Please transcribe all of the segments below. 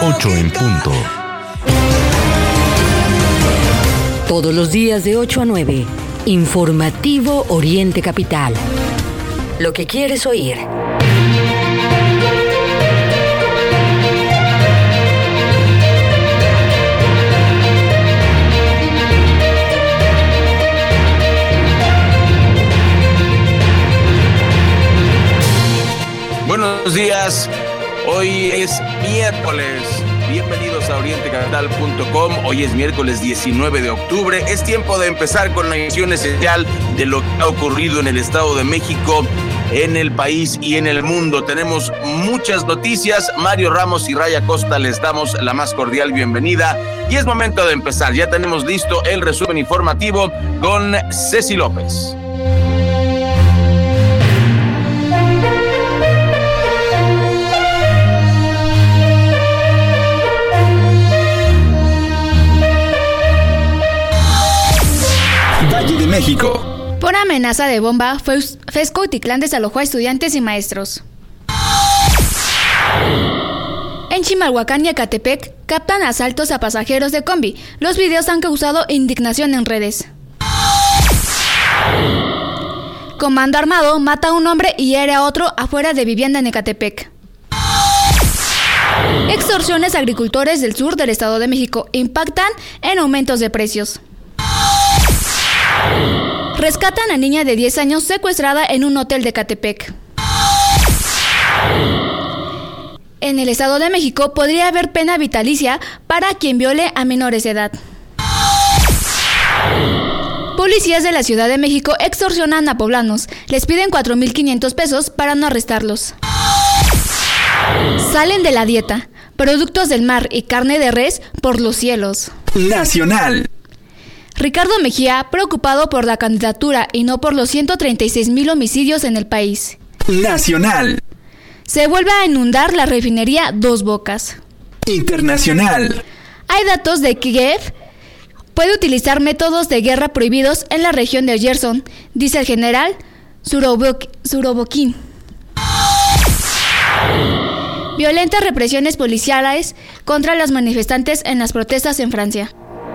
8 en punto. Todos los días de 8 a 9, Informativo Oriente Capital. Lo que quieres oír. Buenos días, hoy es miércoles, bienvenidos a orientecapital.com, hoy es miércoles 19 de octubre, es tiempo de empezar con la edición esencial de lo que ha ocurrido en el Estado de México, en el país y en el mundo. Tenemos muchas noticias, Mario Ramos y Raya Costa les damos la más cordial bienvenida y es momento de empezar, ya tenemos listo el resumen informativo con Ceci López. Valle de México. Por amenaza de bomba, Fesco Utitlán desalojó a estudiantes y maestros. En Chimalhuacán y Ecatepec captan asaltos a pasajeros de combi. Los videos han causado indignación en redes. Comando armado mata a un hombre y hiere a otro afuera de vivienda en Ecatepec. Extorsiones a agricultores del sur del Estado de México impactan en aumentos de precios. Rescatan a niña de 10 años secuestrada en un hotel de Ecatepec. En el Estado de México podría haber pena vitalicia para quien viole a menores de edad. Policías de la Ciudad de México extorsionan a poblanos. Les piden 4,500 pesos para no arrestarlos. Salen de la dieta. Productos del mar y carne de res por los cielos. Nacional. Ricardo Mejía, preocupado por la candidatura y no por los 136,000 homicidios en el país. Nacional. Se vuelve a inundar la refinería Dos Bocas. Internacional. Hay datos de que Kiev puede utilizar métodos de guerra prohibidos en la región de Gerson, dice el general Surovikin. Violentas represiones policiales contra los manifestantes en las protestas en Francia.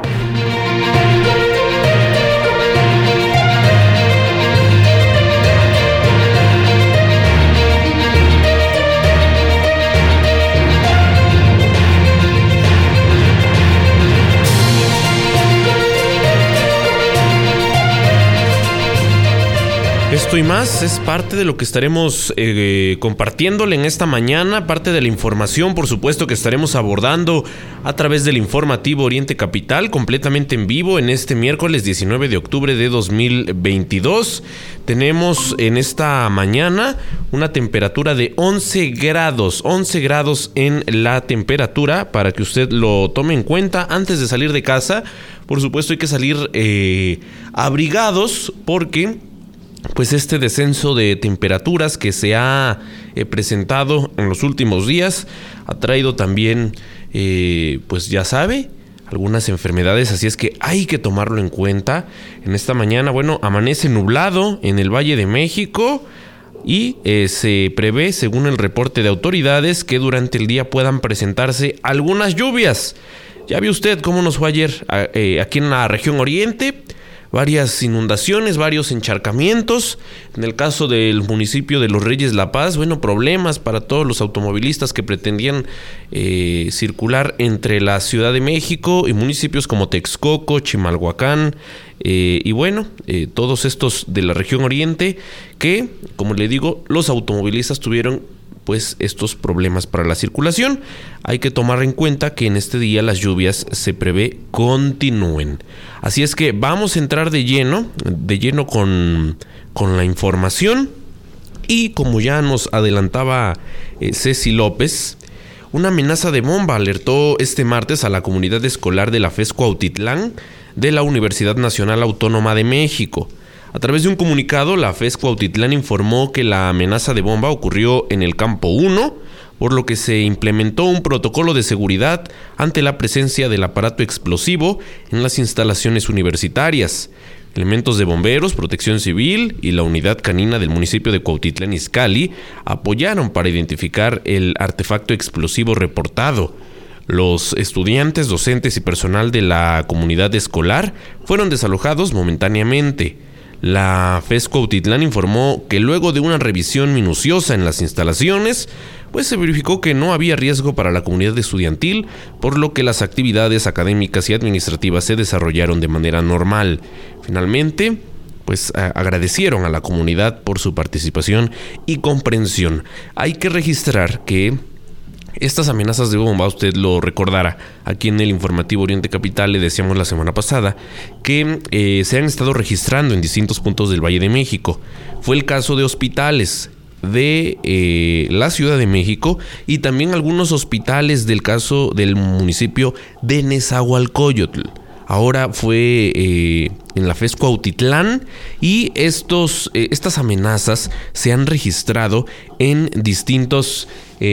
Esto y más es parte de lo que estaremos compartiéndole en esta mañana, parte de la información, por supuesto, que estaremos abordando a través del informativo Oriente Capital, completamente en vivo en este miércoles 19 de octubre de 2022. Tenemos en esta mañana una temperatura de 11 grados en la temperatura, para que usted lo tome en cuenta antes de salir de casa. Por supuesto, hay que salir abrigados porque pues este descenso de temperaturas que se ha presentado en los últimos días ha traído también, pues ya sabe, algunas enfermedades, así es que hay que tomarlo en cuenta. En esta mañana, bueno, amanece nublado en el Valle de México y se prevé, según el reporte de autoridades, que durante el día puedan presentarse algunas lluvias. Ya vio usted cómo nos fue ayer aquí en la región oriente. Varias inundaciones, varios encharcamientos. En el caso del municipio de Los Reyes La Paz, bueno, problemas para todos los automovilistas que pretendían circular entre la Ciudad de México y municipios como Texcoco, Chimalhuacán, y bueno, todos estos de la región oriente que, como le digo, los automovilistas tuvieron pues estos problemas para la circulación. Hay que tomar en cuenta que en este día las lluvias se prevé continúen. Así es que vamos a entrar de lleno con la información. Y como ya nos adelantaba Ceci López, una amenaza de bomba alertó este martes a la comunidad escolar de la Fesco Utitlán de la Universidad Nacional Autónoma de México. A través de un comunicado, la Fesco Utitlán informó que la amenaza de bomba ocurrió en el campo 1, por lo que se implementó un protocolo de seguridad ante la presencia del aparato explosivo en las instalaciones universitarias. Elementos de bomberos, protección civil y la unidad canina del municipio de Cuautitlán Izcalli apoyaron para identificar el artefacto explosivo reportado. Los estudiantes, docentes y personal de la comunidad escolar fueron desalojados momentáneamente. La FES Cuautitlán informó que luego de una revisión minuciosa en las instalaciones, pues se verificó que no había riesgo para la comunidad estudiantil, por lo que las actividades académicas y administrativas se desarrollaron de manera normal. Finalmente, pues agradecieron a la comunidad por su participación y comprensión. Hay que registrar que estas amenazas de bomba, usted lo recordará, aquí en el informativo Oriente Capital le decíamos la semana pasada que se han estado registrando en distintos puntos del Valle de México. Fue el caso de hospitales de la Ciudad de México y también algunos hospitales del caso del municipio de Nezahualcóyotl. Ahora fue en la FES Cuautitlán y estas amenazas se han registrado en distintos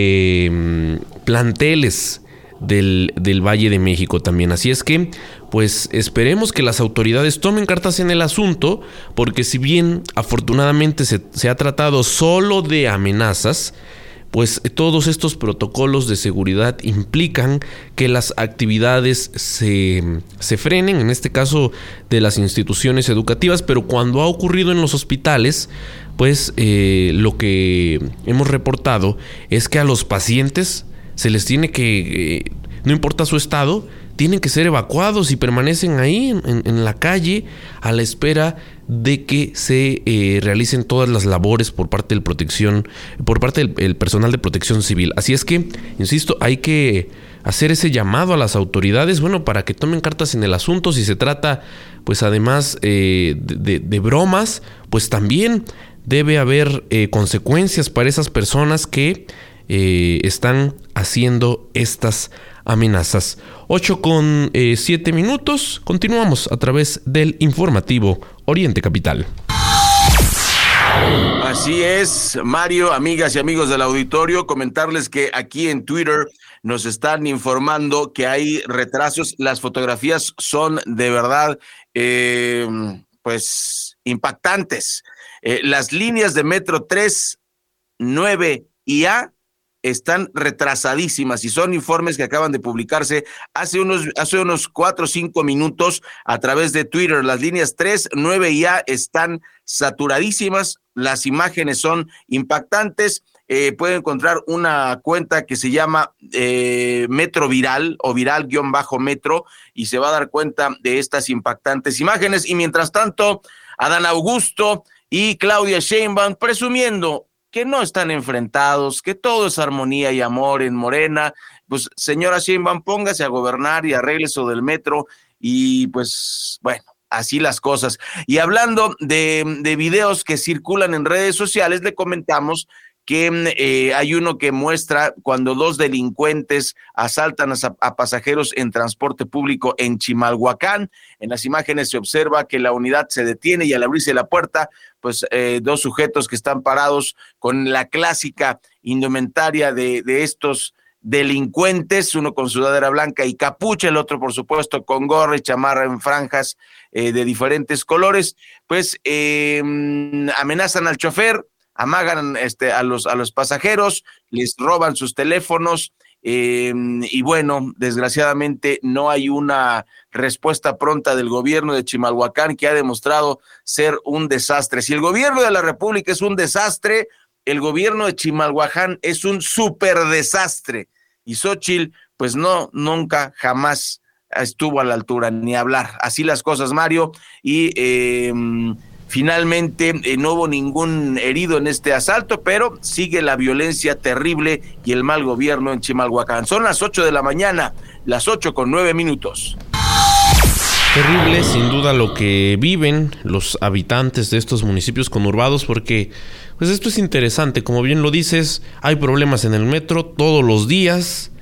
planteles del Valle de México también. Así es que, pues esperemos que las autoridades tomen cartas en el asunto, porque si bien afortunadamente se ha tratado solo de amenazas, pues todos estos protocolos de seguridad implican que las actividades se frenen, en este caso de las instituciones educativas, pero cuando ha ocurrido en los hospitales, pues lo que hemos reportado es que a los pacientes se les tiene que, no importa su estado, tienen que ser evacuados y permanecen ahí en la calle a la espera de que se realicen todas las labores por parte del personal de protección civil. Así es que, insisto, hay que hacer ese llamado a las autoridades, bueno, para que tomen cartas en el asunto. Si se trata, pues además de bromas, pues también debe haber consecuencias para esas personas que están haciendo estas amenazas. 8:07. Continuamos a través del informativo Oriente Capital. Así es, Mario, amigas y amigos del auditorio, comentarles que aquí en Twitter nos están informando que hay retrasos. Las fotografías son de verdad, pues, impactantes. Las líneas de Metro 3, 9 y A están retrasadísimas y son informes que acaban de publicarse hace unos 4 o 5 minutos a través de Twitter. Las líneas 3, 9 y A están saturadísimas, las imágenes son impactantes. Pueden encontrar una cuenta que se llama Metro Viral o Viral-Metro y se va a dar cuenta de estas impactantes imágenes. Y mientras tanto, Adán Augusto y Claudia Sheinbaum presumiendo que no están enfrentados, que todo es armonía y amor en Morena. Pues, señora Sheinbaum, póngase a gobernar y arregle eso del metro y pues, bueno, así las cosas. Y hablando de videos que circulan en redes sociales, le comentamos que hay uno que muestra cuando 2 delincuentes asaltan a pasajeros en transporte público en Chimalhuacán. En las imágenes se observa que la unidad se detiene y al abrirse la puerta, pues 2 sujetos que están parados con la clásica indumentaria de estos delincuentes, uno con sudadera blanca y capucha, el otro por supuesto con gorra y chamarra en franjas de diferentes colores, pues amenazan al chofer, amagan a los pasajeros, les roban sus teléfonos y bueno, desgraciadamente no hay una respuesta pronta del gobierno de Chimalhuacán, que ha demostrado ser un desastre. Si el gobierno de la República es un desastre, el gobierno de Chimalhuacán es un súper desastre. Y Xóchitl, pues no, nunca, jamás estuvo a la altura, ni hablar. Así las cosas, Mario, y finalmente no hubo ningún herido en este asalto, pero sigue la violencia terrible y el mal gobierno en Chimalhuacán. Son las 8 de la mañana, las 8:09. Terrible, sin duda, lo que viven los habitantes de estos municipios conurbados, porque pues esto es interesante. Como bien lo dices, hay problemas en el metro todos los días.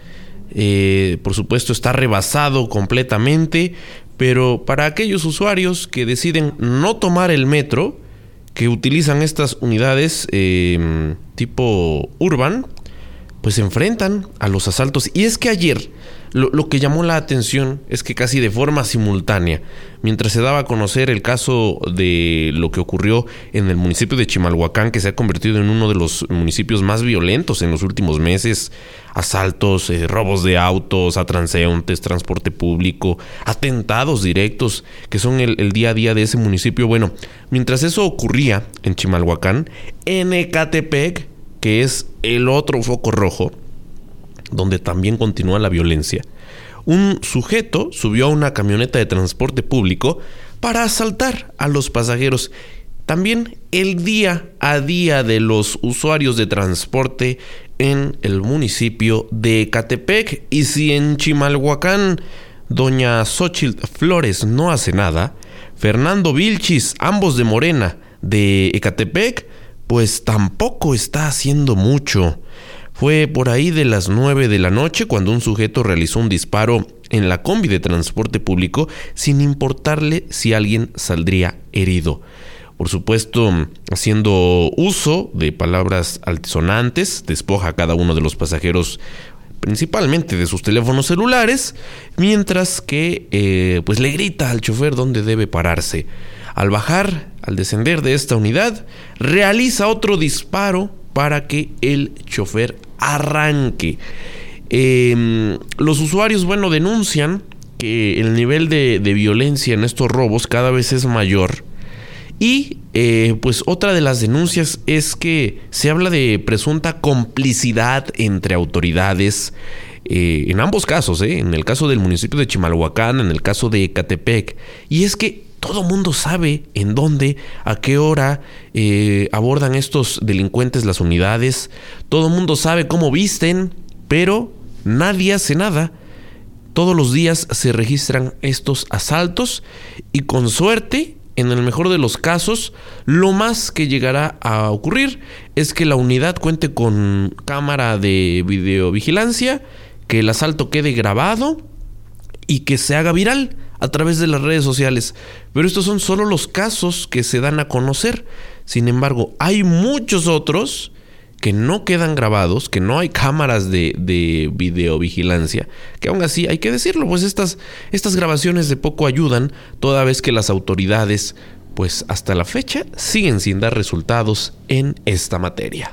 Por supuesto, está rebasado completamente. Pero para aquellos usuarios que deciden no tomar el metro, que utilizan estas unidades tipo urban, pues se enfrentan a los asaltos. Y es que ayer lo que llamó la atención es que casi de forma simultánea, mientras se daba a conocer el caso de lo que ocurrió en el municipio de Chimalhuacán, que se ha convertido en uno de los municipios más violentos en los últimos meses, asaltos, robos de autos a transeúntes, transporte público, atentados directos que son el día a día de ese municipio. Bueno, mientras eso ocurría en Chimalhuacán, en Ecatepec, que es el otro foco rojo, donde también continúa la violencia, un sujeto subió a una camioneta de transporte público para asaltar a los pasajeros. También el día a día de los usuarios de transporte en el municipio de Ecatepec. Y si en Chimalhuacán doña Xóchitl Flores no hace nada, Fernando Vilchis, ambos de Morena, de Ecatepec, pues tampoco está haciendo mucho. Fue por ahí de las 9 de la noche cuando un sujeto realizó un disparo en la combi de transporte público sin importarle si alguien saldría herido. Por supuesto, haciendo uso de palabras altisonantes, despoja a cada uno de los pasajeros principalmente de sus teléfonos celulares, mientras que pues le grita al chofer dónde debe pararse. Al bajar, al descender de esta unidad, realiza otro disparo para que el chofer arranque. Los usuarios, denuncian que el nivel de violencia en estos robos cada vez es mayor. Y pues otra de las denuncias es que se habla de presunta complicidad entre autoridades en ambos casos, en el caso del municipio de Chimalhuacán, en el caso de Ecatepec. Y es que todo mundo sabe en dónde, a qué hora abordan estos delincuentes las unidades. Todo mundo sabe cómo visten, pero nadie hace nada. Todos los días se registran estos asaltos y con suerte, en el mejor de los casos, lo más que llegará a ocurrir es que la unidad cuente con cámara de videovigilancia, que el asalto quede grabado y que se haga viral a través de las redes sociales. Pero estos son solo los casos que se dan a conocer. Sin embargo, hay muchos otros que no quedan grabados, que no hay cámaras de videovigilancia, que aún así hay que decirlo, pues estas grabaciones de poco ayudan, toda vez que las autoridades, pues hasta la fecha, siguen sin dar resultados en esta materia.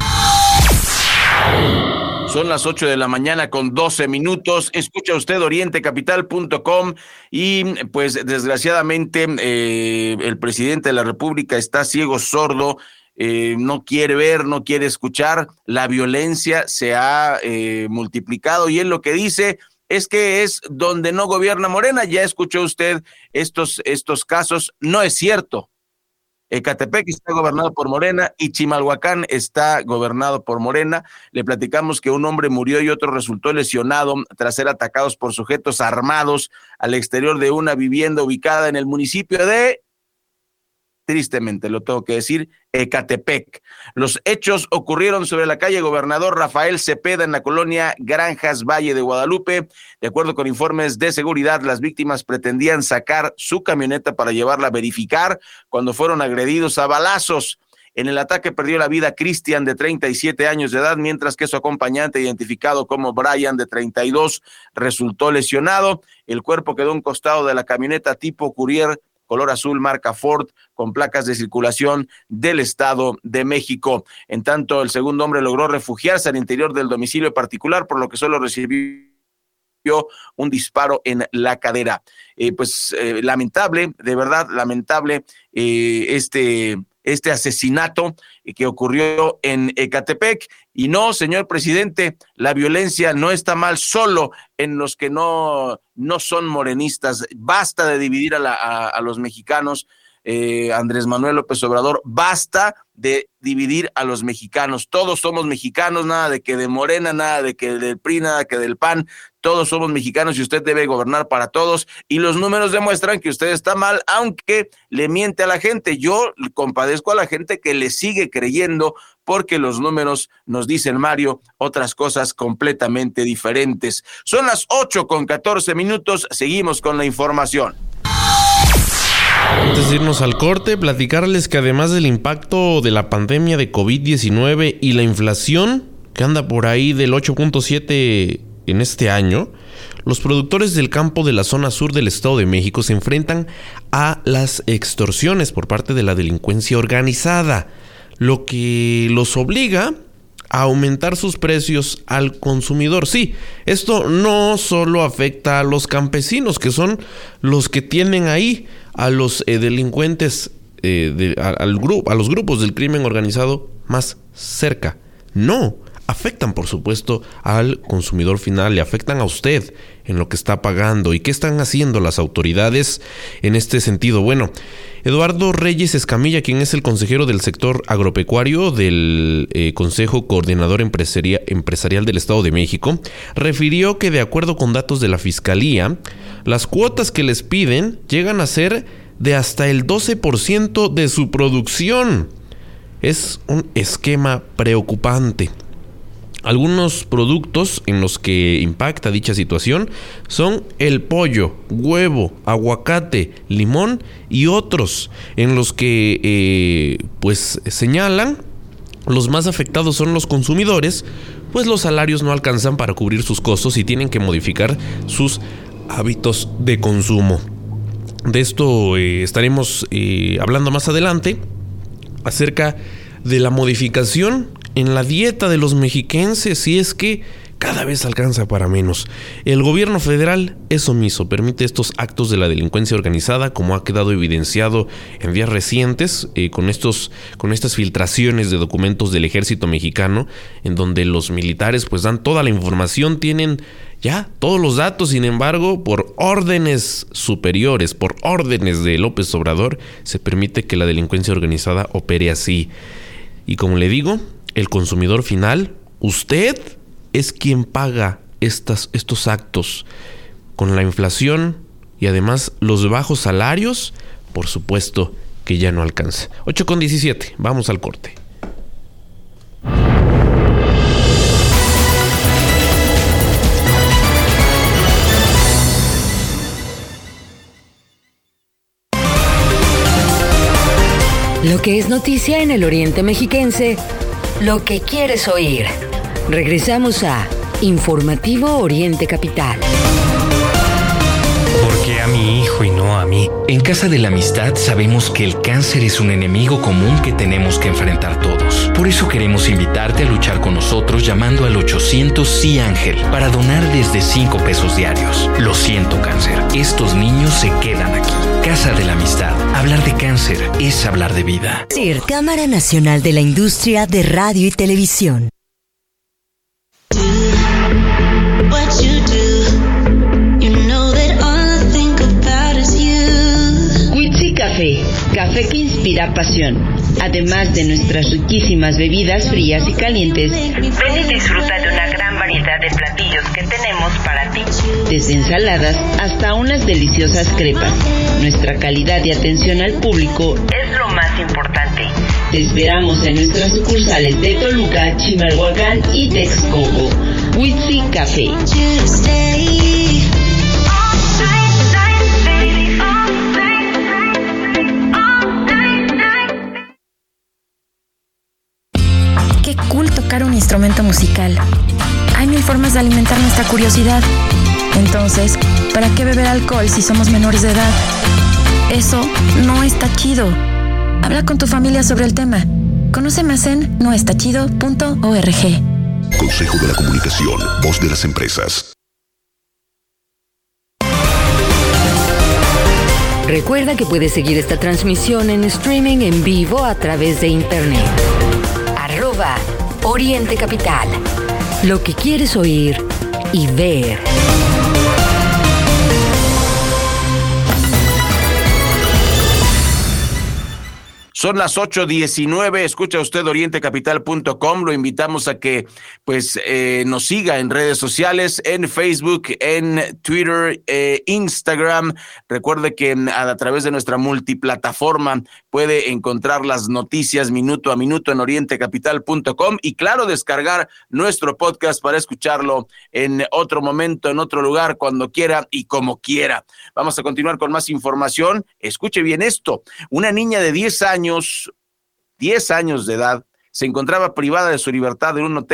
Son las 8 de la mañana con 12 minutos. Escucha usted orientecapital.com y pues desgraciadamente el presidente de la República está ciego, sordo, no quiere ver, no quiere escuchar. La violencia se ha multiplicado y él lo que dice es que es donde no gobierna Morena. Ya escuchó usted estos casos. No es cierto. Ecatepec está gobernado por Morena y Chimalhuacán está gobernado por Morena. Le platicamos que un hombre murió y otro resultó lesionado tras ser atacados por sujetos armados al exterior de una vivienda ubicada en el municipio de, tristemente lo tengo que decir, Ecatepec. Los hechos ocurrieron sobre la calle Gobernador Rafael Cepeda en la colonia Granjas Valle de Guadalupe. De acuerdo con informes de seguridad, las víctimas pretendían sacar su camioneta para llevarla a verificar cuando fueron agredidos a balazos. En el ataque perdió la vida Cristian, de 37 años de edad, mientras que su acompañante, identificado como Brian, de 32, resultó lesionado. El cuerpo quedó a un costado de la camioneta tipo Courier, color azul, marca Ford, con placas de circulación del Estado de México. En tanto, el segundo hombre logró refugiarse al interior del domicilio particular, por lo que solo recibió un disparo en la cadera. Lamentable, de verdad lamentable, este asesinato que ocurrió en Ecatepec. Y no, señor presidente, la violencia no está mal solo en los que no son morenistas. Basta de dividir a los mexicanos, Andrés Manuel López Obrador, basta de dividir a los mexicanos. Todos somos mexicanos, nada de que de Morena, nada de que del PRI, nada que del PAN. Todos somos mexicanos y usted debe gobernar para todos. Y los números demuestran que usted está mal, aunque le miente a la gente. Yo compadezco a la gente que le sigue creyendo, porque los números nos dicen, Mario, otras cosas completamente diferentes. Son las 8:14. Seguimos con la información. Antes de irnos al corte, platicarles que además del impacto de la pandemia de COVID-19 y la inflación que anda por ahí del 8.7 en este año, los productores del campo de la zona sur del Estado de México se enfrentan a las extorsiones por parte de la delincuencia organizada, lo que los obliga a aumentar sus precios al consumidor. Sí, esto no solo afecta a los campesinos, que son los que tienen ahí a los delincuentes, a los grupos del crimen organizado más cerca. No, afectan por supuesto al consumidor final, le afectan a usted en lo que está pagando. ¿Y qué están haciendo las autoridades en este sentido? Bueno, Eduardo Reyes Escamilla, quien es el consejero del sector agropecuario del Consejo Coordinador Empresarial del Estado de México, refirió que de acuerdo con datos de la Fiscalía, las cuotas que les piden llegan a ser de hasta el 12% de su producción. Es un esquema preocupante. Algunos productos en los que impacta dicha situación son el pollo, huevo, aguacate, limón y otros en los que pues señalan los más afectados son los consumidores, pues los salarios no alcanzan para cubrir sus costos y tienen que modificar sus hábitos de consumo. De esto estaremos hablando más adelante acerca de la modificación en la dieta de los mexiquenses, si es que cada vez alcanza para menos. El gobierno federal es omiso, permite estos actos de la delincuencia organizada, como ha quedado evidenciado en días recientes con estas filtraciones de documentos del ejército mexicano, en donde los militares pues dan toda la información, tienen ya todos los datos. Sin embargo, por órdenes superiores, por órdenes de López Obrador, se permite que la delincuencia organizada opere así. Y como le digo, el consumidor final, usted es quien paga estos actos. Con la inflación y además los bajos salarios, por supuesto que ya no alcanza. 8:17, vamos al corte. Lo que es noticia en el Oriente Mexiquense, lo que quieres oír. Regresamos a Informativo Oriente Capital. ¿Por qué a mi hijo y no a mí? En Casa de la Amistad sabemos que el cáncer es un enemigo común que tenemos que enfrentar todos. Por eso queremos invitarte a luchar con nosotros llamando al 800 Sí Ángel para donar desde 5 pesos diarios. Lo siento, cáncer. Estos niños se quedan aquí. Casa de la Amistad. Hablar de cáncer es hablar de vida. CIR, Cámara Nacional de la Industria de Radio y Televisión. Café que inspira pasión. Además de nuestras riquísimas bebidas frías y calientes, ven y disfruta de una gran variedad de platillos que tenemos para ti. Desde ensaladas hasta unas deliciosas crepas. Nuestra calidad y atención al público es lo más importante. Te esperamos en nuestras sucursales de Toluca, Chimalhuacán y Texcoco. Huitzi Café. Qué cool tocar un instrumento musical. Hay mil formas de alimentar nuestra curiosidad. Entonces, ¿para qué beber alcohol si somos menores de edad? Eso no está chido. Habla con tu familia sobre el tema. Conoce más en noestachido.org. Consejo de la Comunicación, voz de las empresas. Recuerda que puedes seguir esta transmisión en streaming en vivo a través de internet. @Oriente Capital. Lo que quieres oír y ver. Son las 8:19, escucha usted orientecapital.com, lo invitamos a que pues nos siga en redes sociales, en Facebook, en Twitter, Instagram. Recuerde que a través de nuestra multiplataforma puede encontrar las noticias minuto a minuto en orientecapital.com y claro, descargar nuestro podcast para escucharlo en otro momento, en otro lugar, cuando quiera y como quiera. Vamos a continuar con más información. Escuche bien esto, una niña de 10 años de edad, se encontraba privada de su libertad en un hotel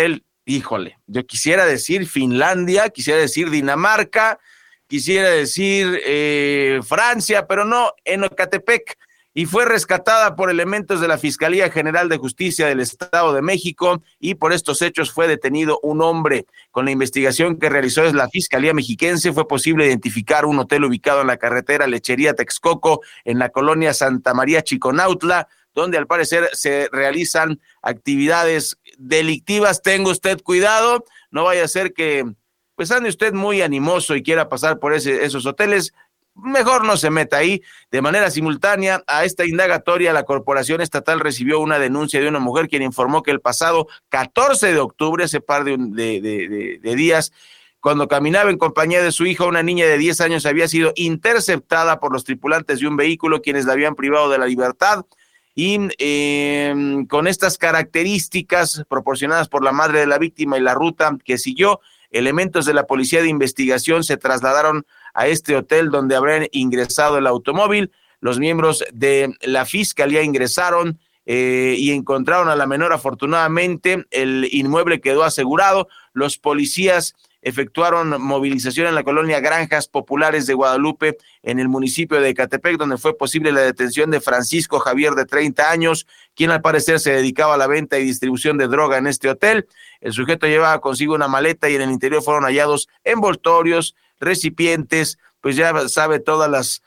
híjole, yo quisiera decir Finlandia, quisiera decir Dinamarca, quisiera decir Francia, pero no, en Ecatepec, y fue rescatada por elementos de la Fiscalía General de Justicia del Estado de México, y por estos hechos fue detenido un hombre. Con la investigación que realizó la Fiscalía Mexiquense, fue posible identificar un hotel ubicado en la carretera Lechería Texcoco, en la colonia Santa María Chiconautla, donde al parecer se realizan actividades delictivas. Tenga usted cuidado, no vaya a ser que pues ande usted muy animoso y quiera pasar por esos hoteles. Mejor no se meta ahí. De manera simultánea a esta indagatoria, la Corporación Estatal recibió una denuncia de una mujer quien informó que el pasado 14 de octubre, hace par de días, cuando caminaba en compañía de su hija, una niña de 10 años había sido interceptada por los tripulantes de un vehículo, quienes la habían privado de la libertad. Y con estas características proporcionadas por la madre de la víctima y la ruta que siguió, elementos de la Policía de Investigación se trasladaron a este hotel donde habrían ingresado el automóvil. Los miembros de la Fiscalía ingresaron y encontraron a la menor. Afortunadamente, el inmueble quedó asegurado. Los policías efectuaron movilización en la colonia Granjas Populares de Guadalupe, en el municipio de Ecatepec, donde fue posible la detención de Francisco Javier, de 30 años, quien al parecer se dedicaba a la venta y distribución de droga en este hotel. El sujeto llevaba consigo una maleta y en el interior fueron hallados envoltorios, recipientes, pues ya sabe todas las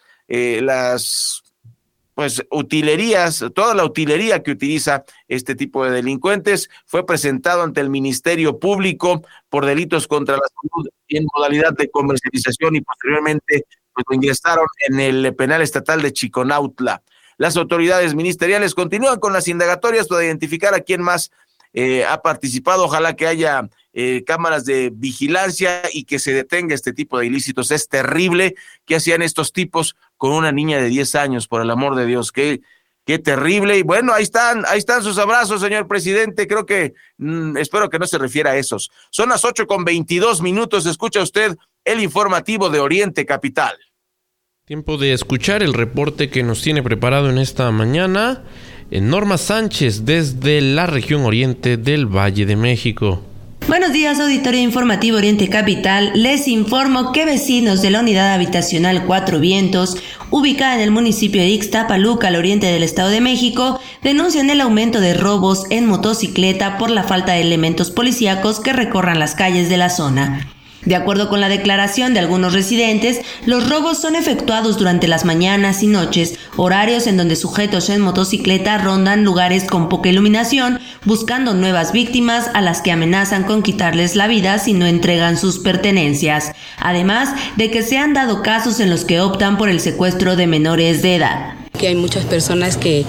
utilerías, toda la utilería que utiliza este tipo de delincuentes. Fue presentado ante el Ministerio Público por delitos contra la salud en modalidad de comercialización y posteriormente pues lo ingresaron en el penal estatal de Chiconautla. Las autoridades ministeriales continúan con las indagatorias para identificar a quién más ha participado. Ojalá que haya cámaras de vigilancia y que se detenga este tipo de ilícitos. Es terrible que hacían estos tipos con una niña de 10 años, por el amor de Dios. Qué terrible. Y bueno, ahí están sus abrazos, señor presidente. Creo que, espero que no se refiera a esos. Son las 8:22. Escucha usted el informativo de Oriente Capital. Tiempo de escuchar el reporte que nos tiene preparado en esta mañana Norma Sánchez desde la región oriente del Valle de México. Buenos días, auditorio informativo Oriente Capital. Les informo que vecinos de la unidad habitacional Cuatro Vientos, ubicada en el municipio de Ixtapaluca, al oriente del Estado de México, denuncian el aumento de robos en motocicleta por la falta de elementos policíacos que recorran las calles de la zona. De acuerdo con la declaración de algunos residentes, los robos son efectuados durante las mañanas y noches, horarios en donde sujetos en motocicleta rondan lugares con poca iluminación, buscando nuevas víctimas a las que amenazan con quitarles la vida si no entregan sus pertenencias. Además de que se han dado casos en los que optan por el secuestro de menores de edad. Que hay muchas personas que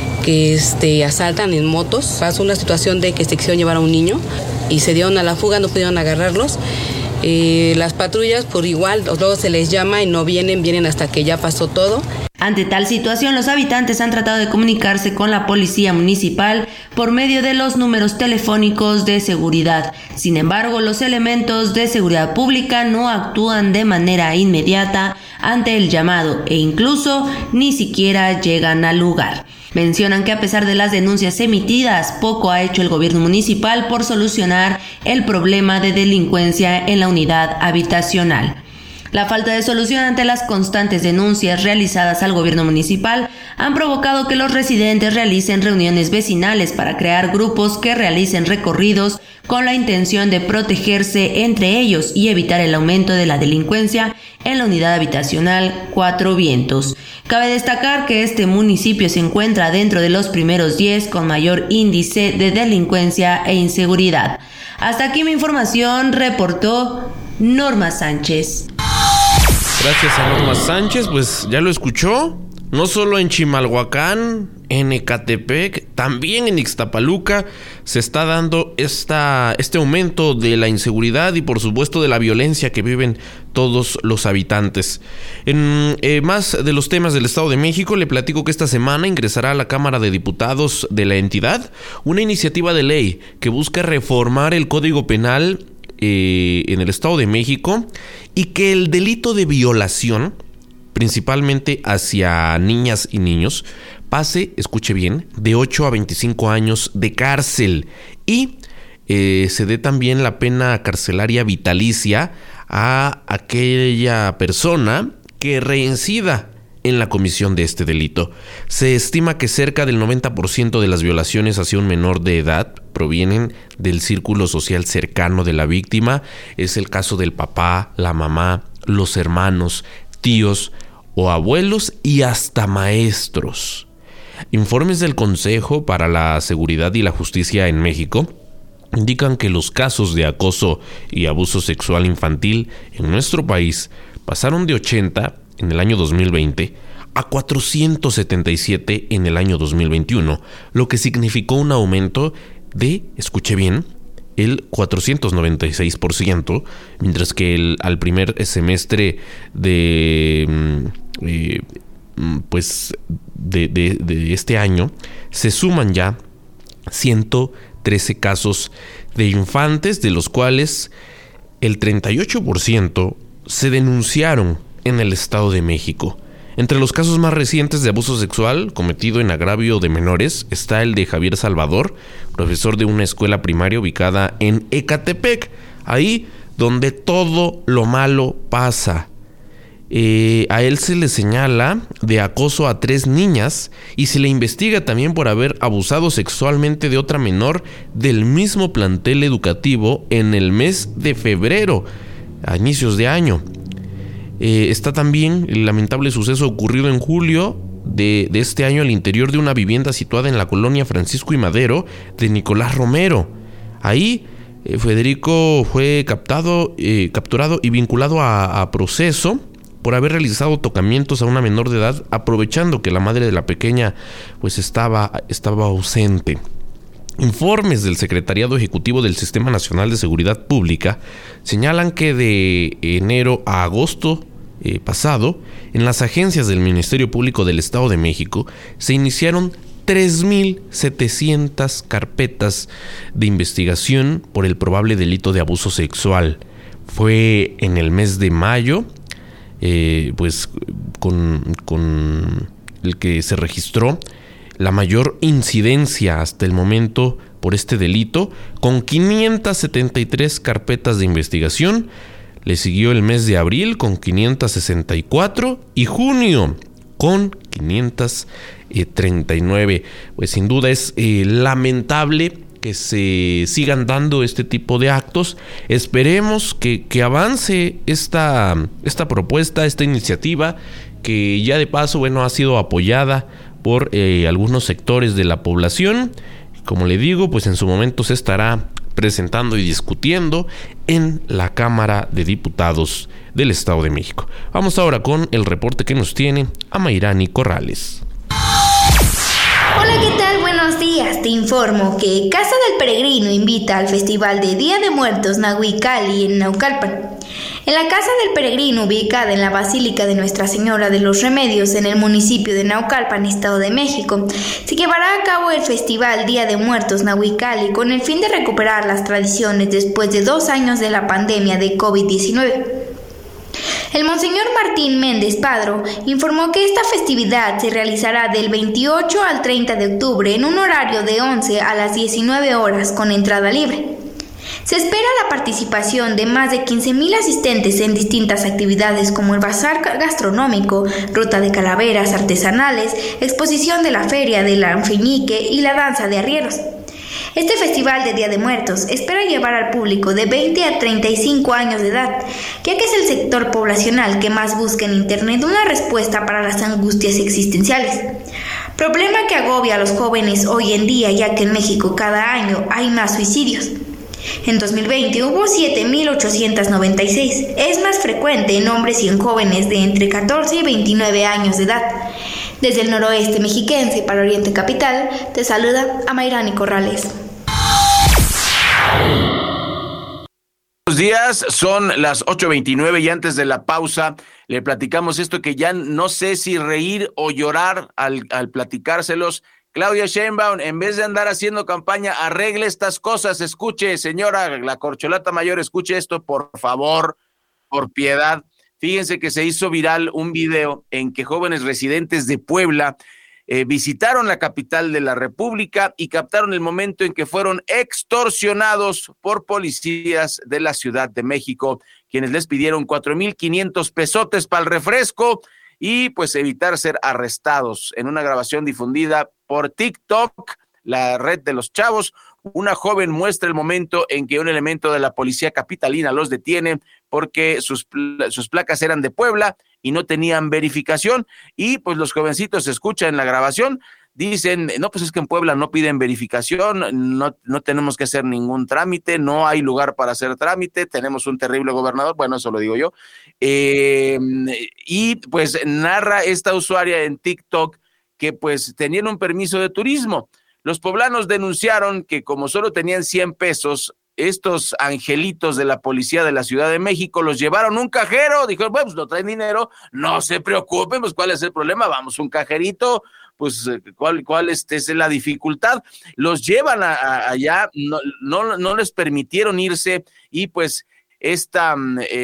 asaltan en motos. Pasó una situación de que se quisieron llevar a un niño y se dieron a la fuga, no pudieron agarrarlos. Las patrullas por igual, luego se les llama y no vienen hasta que ya pasó todo. Ante tal situación, los habitantes han tratado de comunicarse con la policía municipal por medio de los números telefónicos de seguridad. Sin embargo, los elementos de seguridad pública no actúan de manera inmediata ante el llamado e incluso ni siquiera llegan al lugar. Mencionan que a pesar de las denuncias emitidas, poco ha hecho el gobierno municipal por solucionar el problema de delincuencia en la unidad habitacional. La falta de solución ante las constantes denuncias realizadas al gobierno municipal han provocado que los residentes realicen reuniones vecinales para crear grupos que realicen recorridos con la intención de protegerse entre ellos y evitar el aumento de la delincuencia en la unidad habitacional Cuatro Vientos. Cabe destacar que este municipio se encuentra dentro de los primeros 10 con mayor índice de delincuencia e inseguridad. Hasta aquí mi información, reportó Norma Sánchez. Gracias a Norma Sánchez, pues ya lo escuchó, no solo en Chimalhuacán, en Ecatepec, también en Ixtapaluca se está dando este aumento de la inseguridad y por supuesto de la violencia que viven todos los habitantes. En más de los temas del Estado de México, le platico que esta semana ingresará a la Cámara de Diputados de la entidad una iniciativa de ley que busca reformar el Código Penal en el Estado de México y que el delito de violación, principalmente hacia niñas y niños, pase, escuche bien, de 8 a 25 años de cárcel y se dé también la pena carcelaria vitalicia a aquella persona que reincida en la comisión de este delito. Se estima que cerca del 90% de las violaciones hacia un menor de edad provienen del círculo social cercano de la víctima. Es el caso del papá, la mamá, los hermanos, tíos o abuelos y hasta maestros. Informes del Consejo para la Seguridad y la Justicia en México indican que los casos de acoso y abuso sexual infantil en nuestro país pasaron de 80 en el año 2020 a 477 en el año 2021, lo que significó un aumento de, escuche bien, el 496%, mientras que al primer semestre de este año se suman ya 113 casos de infantes, de los cuales el 38% se denunciaron en el Estado de México. Entre los casos más recientes de abuso sexual cometido en agravio de menores está el de Javier Salvador, profesor de una escuela primaria ubicada en Ecatepec, ahí donde todo lo malo pasa. A él se le señala de acoso a 3 niñas y se le investiga también por haber abusado sexualmente de otra menor del mismo plantel educativo en el mes de febrero, a inicios de año. Está también el lamentable suceso ocurrido en julio de este año al interior de una vivienda situada en la colonia Francisco y Madero de Nicolás Romero. Ahí Federico fue capturado y vinculado a proceso por haber realizado tocamientos a una menor de edad, aprovechando que la madre de la pequeña pues estaba ausente. Informes del Secretariado Ejecutivo del Sistema Nacional de Seguridad Pública señalan que de enero a agosto pasado, en las agencias del Ministerio Público del Estado de México se iniciaron 3,700 carpetas de investigación por el probable delito de abuso sexual. Fue en el mes de mayo, con el que se registró la mayor incidencia hasta el momento por este delito, con 573 carpetas de investigación. Le siguió el mes de abril con 564 y junio con 539. Pues sin duda es lamentable que se sigan dando este tipo de actos. Esperemos que avance esta propuesta, esta iniciativa, que ya de paso, ha sido apoyada por algunos sectores de la población. Como le digo, pues en su momento se estará presentando y discutiendo en la Cámara de Diputados del Estado de México. Vamos ahora con el reporte que nos tiene Amairani Corrales. Hola, ¿qué tal? Buenos días. Te informo que Casa del Peregrino invita al Festival de Día de Muertos Nahui Cali en Naucalpan. En la Casa del Peregrino, ubicada en la Basílica de Nuestra Señora de los Remedios en el municipio de Naucalpan, Estado de México, se llevará a cabo el Festival Día de Muertos Nahui Cali con el fin de recuperar las tradiciones después de 2 años de la pandemia de COVID-19. El Monseñor Martín Méndez Padro informó que esta festividad se realizará del 28 al 30 de octubre en un horario de 11 a las 19 horas con entrada libre. Se espera la participación de más de 15,000 asistentes en distintas actividades como el bazar gastronómico, ruta de calaveras artesanales, exposición de la feria del alfeñique y la danza de arrieros. Este festival de Día de Muertos espera llevar al público de 20 a 35 años de edad, ya que es el sector poblacional que más busca en Internet una respuesta para las angustias existenciales. Problema que agobia a los jóvenes hoy en día, ya que en México cada año hay más suicidios. En 2020 hubo 7,896. Es más frecuente en hombres y en jóvenes de entre 14 y 29 años de edad. Desde el noroeste mexiquense para Oriente Capital, te saluda Amairani Corrales. Buenos días, son las 8:29 y antes de la pausa le platicamos esto que ya no sé si reír o llorar al platicárselos. Claudia Sheinbaum, en vez de andar haciendo campaña, arregle estas cosas. Escuche, señora, la corcholata mayor, escuche esto, por favor, por piedad. Fíjense que se hizo viral un video en que jóvenes residentes de Puebla visitaron la capital de la República y captaron el momento en que fueron extorsionados por policías de la Ciudad de México, quienes les pidieron 4,500 pesotes para el refresco y pues evitar ser arrestados. En una grabación difundida por TikTok, la red de los chavos, una joven muestra el momento en que un elemento de la policía capitalina los detiene porque sus placas eran de Puebla y no tenían verificación, y pues los jovencitos se escuchan en la grabación, dicen, no, pues es que en Puebla no piden verificación, no tenemos que hacer ningún trámite, no hay lugar para hacer trámite, tenemos un terrible gobernador, bueno, eso lo digo yo, y pues narra esta usuaria en TikTok que pues tenían un permiso de turismo. Los poblanos denunciaron que como solo tenían 100 pesos, estos angelitos de la policía de la Ciudad de México los llevaron a un cajero, dijeron, bueno, pues no traen dinero, no se preocupen, pues ¿cuál es el problema? Vamos a un cajerito, pues ¿cuál es la dificultad? Los llevan allá, no les permitieron irse y pues esta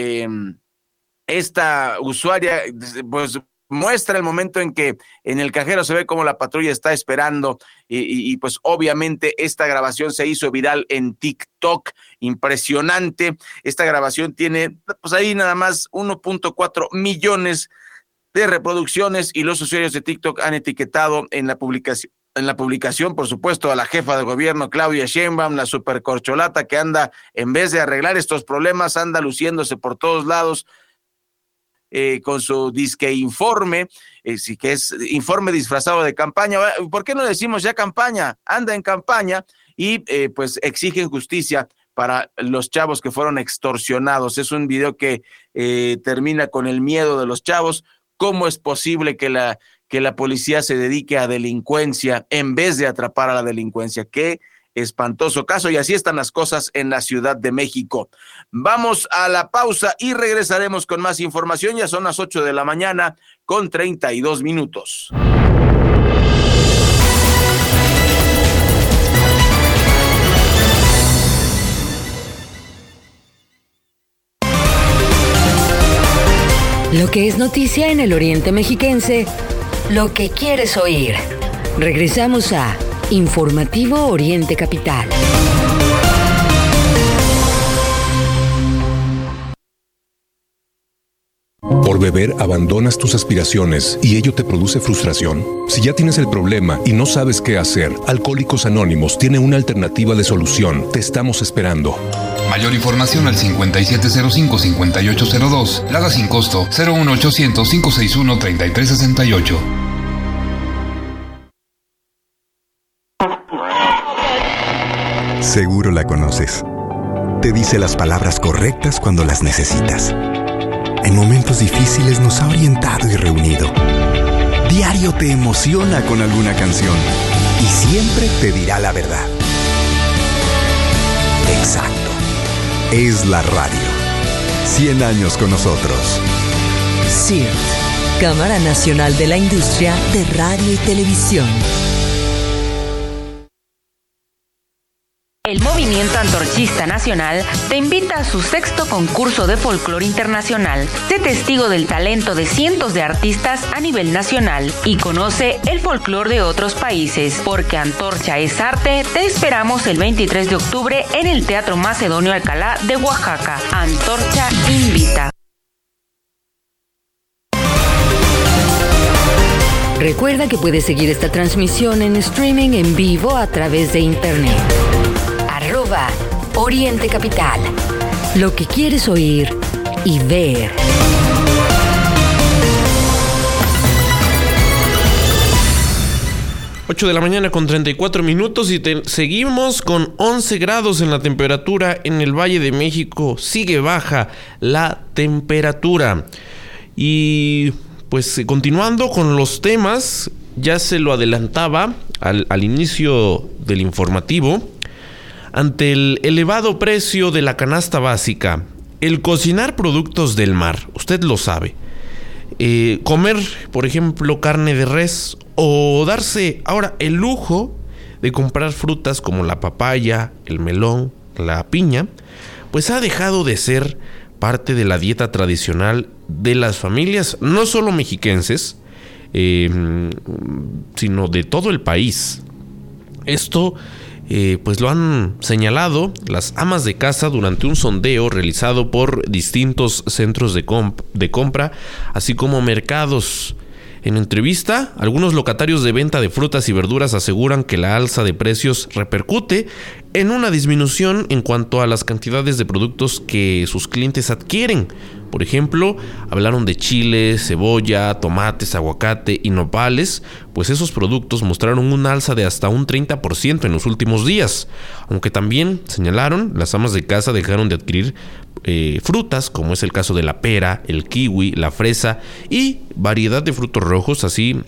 usuaria pues muestra el momento en que en el cajero se ve como la patrulla está esperando y pues obviamente esta grabación se hizo viral en TikTok, impresionante. Esta grabación tiene pues ahí nada más 1.4 millones de reproducciones y los usuarios de TikTok han etiquetado en la publicación, por supuesto, a la jefa de gobierno, Claudia Sheinbaum, la supercorcholata que anda, en vez de arreglar estos problemas, anda luciéndose por todos lados, con su disque informe, sí que es informe disfrazado de campaña. ¿Por qué no decimos ya campaña? Anda en campaña y pues exigen justicia para los chavos que fueron extorsionados. Es un video que termina con el miedo de los chavos. ¿Cómo es posible que la policía se dedique a delincuencia en vez de atrapar a la delincuencia? Qué espantoso caso, y así están las cosas en la Ciudad de México. Vamos a la pausa y regresaremos con más información. Ya son las 8 de la mañana con 32 minutos. Lo que es noticia en el Oriente Mexiquense, lo que quieres oír. Regresamos a Informativo Oriente Capital. Por beber abandonas tus aspiraciones y ello te produce frustración. Si ya tienes el problema y no sabes qué hacer, Alcohólicos Anónimos tiene una alternativa de solución. Te estamos esperando. Mayor información al 5705-5802. Lada sin costo 01800-561-3368. Seguro la conoces. Te dice las palabras correctas cuando las necesitas. En momentos difíciles nos ha orientado y reunido. Diario te emociona con alguna canción y siempre te dirá la verdad. Exacto. Es la radio. 100 años con nosotros. CIRT, Cámara Nacional de la Industria de Radio y Televisión. El Movimiento Antorchista Nacional te invita a su 6º concurso de folclore internacional. Sé testigo del talento de cientos de artistas a nivel nacional y conoce el folclore de otros países. Porque Antorcha es arte, te esperamos el 23 de octubre en el Teatro Macedonio Alcalá de Oaxaca. Antorcha invita. Recuerda que puedes seguir esta transmisión en streaming en vivo a través de internet. @Oriente Capital. Lo que quieres oír y ver. Ocho de la mañana con 34 minutos y seguimos con 11 grados en la temperatura en el Valle de México. Sigue baja la temperatura. Y pues continuando con los temas, ya se lo adelantaba al inicio del informativo. Ante el elevado precio de la canasta básica, el cocinar productos del mar, usted lo sabe, comer, por ejemplo, carne de res o darse ahora el lujo de comprar frutas como la papaya, el melón, la piña, pues ha dejado de ser parte de la dieta tradicional de las familias, no solo mexiquenses, sino de todo el país. Esto pues lo han señalado las amas de casa durante un sondeo realizado por distintos centros de compra, así como mercados. En entrevista, algunos locatarios de venta de frutas y verduras aseguran que la alza de precios repercute en una disminución en cuanto a las cantidades de productos que sus clientes adquieren. Por ejemplo, hablaron de chile, cebolla, tomates, aguacate y nopales, pues esos productos mostraron un alza de hasta un 30% en los últimos días. Aunque también señalaron, las amas de casa dejaron de adquirir frutas, como es el caso de la pera, el kiwi, la fresa y variedad de frutos rojos, así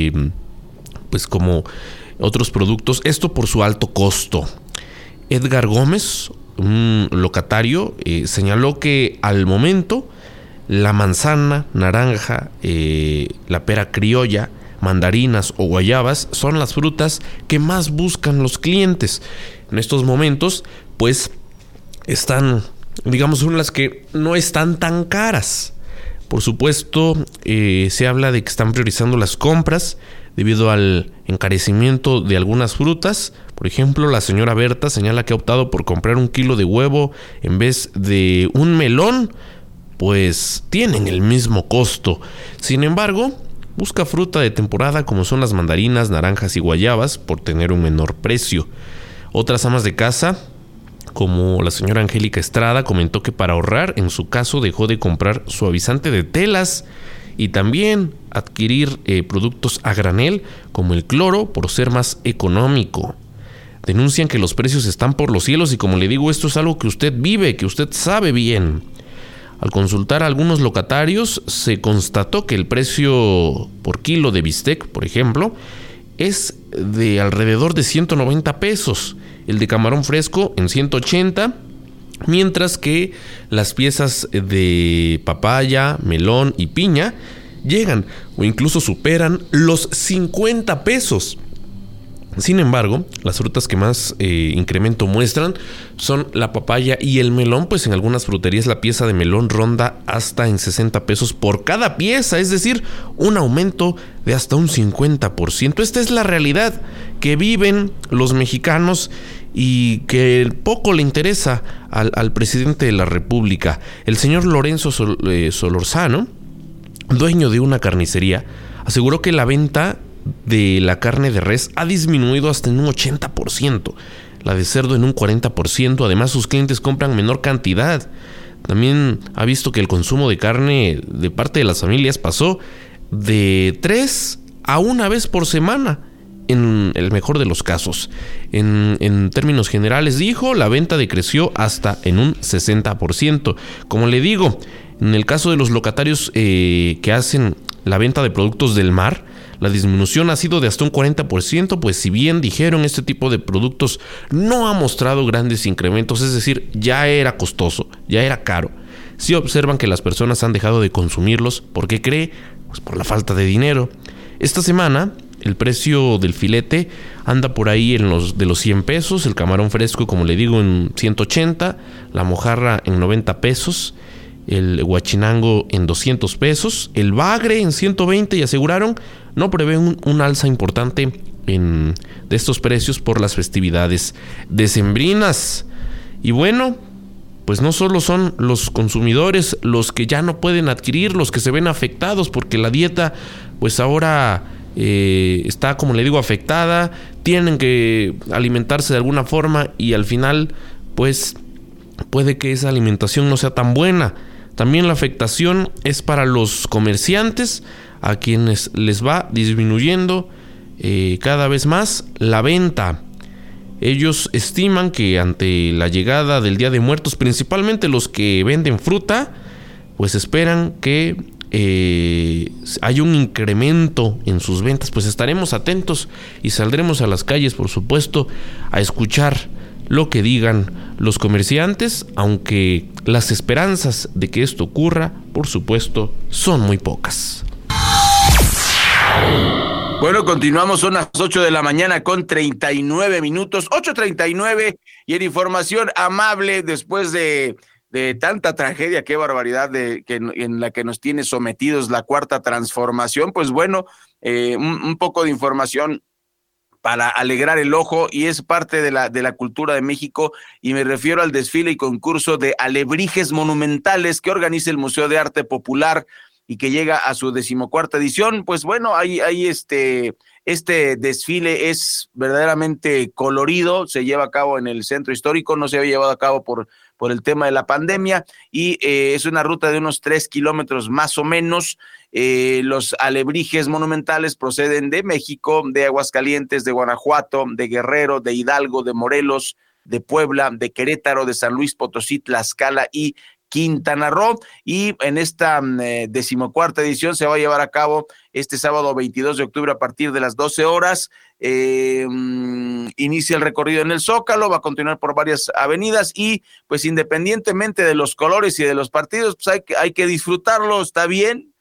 pues como otros productos, esto por su alto costo. Edgar Gómez, un locatario, señaló que al momento la manzana, naranja, la pera criolla, mandarinas o guayabas son las frutas que más buscan los clientes. En estos momentos, pues, están, digamos, son las que no están tan caras. Por supuesto, se habla de que están priorizando las compras debido al encarecimiento de algunas frutas. Por ejemplo, la señora Berta señala que ha optado por comprar 1 kilo de huevo en vez de un melón, pues tienen el mismo costo. Sin embargo, busca fruta de temporada como son las mandarinas, naranjas y guayabas por tener un menor precio. Otras amas de casa, como la señora Angélica Estrada, comentó que para ahorrar, en su caso, dejó de comprar suavizante de telas y también adquirir productos a granel como el cloro por ser más económico. Denuncian que los precios están por los cielos y, como le digo, esto es algo que usted vive, que usted sabe bien. Al consultar a algunos locatarios, se constató que el precio por kilo de bistec, por ejemplo, es de alrededor de 190 pesos. El de camarón fresco en 180, mientras que las piezas de papaya, melón y piña llegan o incluso superan los 50 pesos. Sin embargo, las frutas que más incremento muestran son la papaya y el melón, pues en algunas fruterías la pieza de melón ronda hasta en 60 pesos por cada pieza, es decir, un aumento de hasta un 50%. Esta es la realidad que viven los mexicanos y que poco le interesa al presidente de la República. El señor Lorenzo Solorzano, dueño de una carnicería, aseguró que la venta de la carne de res ha disminuido hasta en un 80%, la de cerdo en un 40%. Además, sus clientes compran menor cantidad. También ha visto que el consumo de carne de parte de las familias pasó de 3 a 1 vez por semana, en el mejor de los casos. En términos generales, dijo, la venta decreció hasta en un 60%. Como le digo, en el caso de los locatarios que hacen la venta de productos del mar, la disminución ha sido de hasta un 40%, pues si bien dijeron este tipo de productos no ha mostrado grandes incrementos, es decir, ya era costoso, ya era caro. Sí observan que las personas han dejado de consumirlos. ¿Por qué cree? Pues por la falta de dinero. Esta semana el precio del filete anda por ahí en los 100 pesos, el camarón fresco, como le digo, en 180, la mojarra en 90 pesos, el guachinango en 200 pesos, el bagre en 120 y aseguraron no prevén un alza importante de estos precios por las festividades decembrinas. Y bueno, pues no solo son los consumidores los que ya no pueden adquirir, los que se ven afectados porque la dieta pues ahora está, como le digo, afectada, tienen que alimentarse de alguna forma y al final pues puede que esa alimentación no sea tan buena. También la afectación es para los comerciantes, a quienes les va disminuyendo cada vez más la venta. Ellos estiman que ante la llegada del Día de Muertos, principalmente los que venden fruta, pues esperan que hay un incremento en sus ventas. Pues estaremos atentos y saldremos a las calles, por supuesto, a escuchar lo que digan los comerciantes, aunque las esperanzas de que esto ocurra, por supuesto, son muy pocas. Bueno, continuamos, son las 8 de la mañana con 39 minutos, 8:39, y en información amable, después de de tanta tragedia, qué barbaridad en la que nos tiene sometidos la Cuarta Transformación. Pues bueno, un poco de información para alegrar el ojo, y es parte de la cultura de México, y me refiero al desfile y concurso de alebrijes monumentales que organiza el Museo de Arte Popular y que llega a su 14ª edición. Pues bueno, este desfile es verdaderamente colorido, se lleva a cabo en el centro histórico, no se había llevado a cabo por el tema de la pandemia, y es una ruta de unos 3 kilómetros más o menos. Los alebrijes monumentales proceden de México, de Aguascalientes, de Guanajuato, de Guerrero, de Hidalgo, de Morelos, de Puebla, de Querétaro, de San Luis Potosí, Tlaxcala y Quintana Roo, y en esta 14ª edición se va a llevar a cabo este sábado 22 de octubre a partir de las 12 horas. Inicia el recorrido en el Zócalo, va a continuar por varias avenidas, y pues independientemente de los colores y de los partidos, pues hay que disfrutarlo, está bien,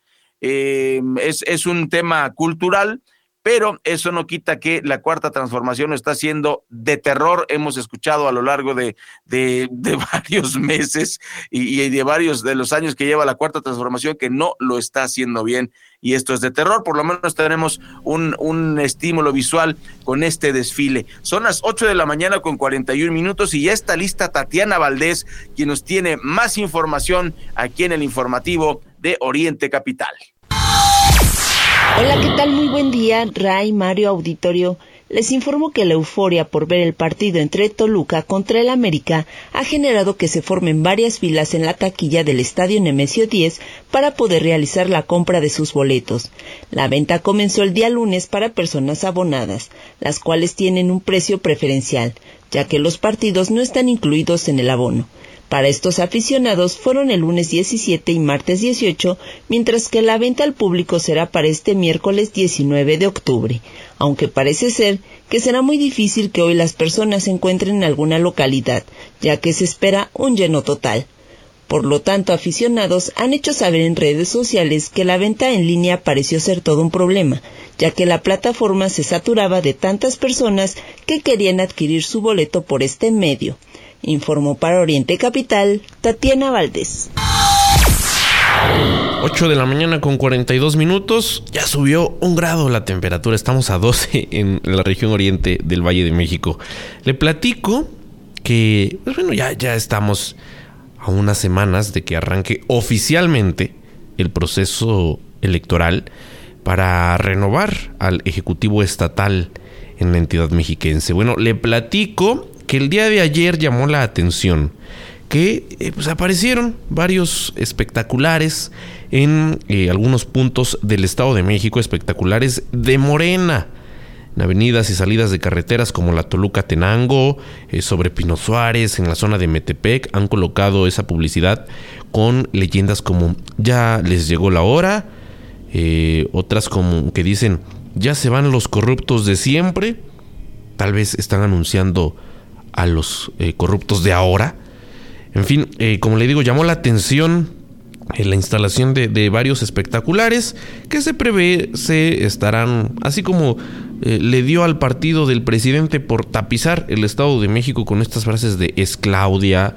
es un tema cultural, pero eso no quita que la Cuarta Transformación está siendo de terror. Hemos escuchado a lo largo de varios meses y de varios de los años que lleva la Cuarta Transformación que no lo está haciendo bien, y esto es de terror. Por lo menos tenemos un estímulo visual con este desfile. Son las 8:41 a.m. y ya está lista Tatiana Valdés, quien nos tiene más información aquí en el informativo de Oriente Capital. Hola, ¿qué tal? Muy buen día, Ray, Mario, auditorio. Les informo que la euforia por ver el partido entre Toluca contra el América ha generado que se formen varias filas en la taquilla del Estadio Nemesio 10 para poder realizar la compra de sus boletos. La venta comenzó el día lunes para personas abonadas, las cuales tienen un precio preferencial, ya que los partidos no están incluidos en el abono. Para estos aficionados fueron el lunes 17 y martes 18, mientras que la venta al público será para este miércoles 19 de octubre, aunque parece ser que será muy difícil que hoy las personas se encuentren en alguna localidad, ya que se espera un lleno total. Por lo tanto, aficionados han hecho saber en redes sociales que la venta en línea pareció ser todo un problema, ya que la plataforma se saturaba de tantas personas que querían adquirir su boleto por este medio. Informó para Oriente Capital, Tatiana Valdés. 8:42 a.m. Ya subió 1 grado la temperatura. Estamos a 12 en la región oriente del Valle de México. Le platico que, pues bueno, ya estamos a unas semanas de que arranque oficialmente el proceso electoral para renovar al Ejecutivo Estatal en la entidad mexiquense. Bueno, le platico que el día de ayer llamó la atención que pues aparecieron varios espectaculares en algunos puntos del Estado de México, espectaculares de Morena, en avenidas y salidas de carreteras como la Toluca-Tenango, sobre Pino Suárez, en la zona de Metepec. Han colocado esa publicidad con leyendas como "ya les llegó la hora", otras como que dicen "ya se van los corruptos de siempre". Tal vez están anunciando a los corruptos de ahora. En fin, como le digo, llamó la atención la instalación de varios espectaculares que se prevé se estarán, así como le dio al partido del presidente por tapizar el Estado de México con estas frases de "es Claudia",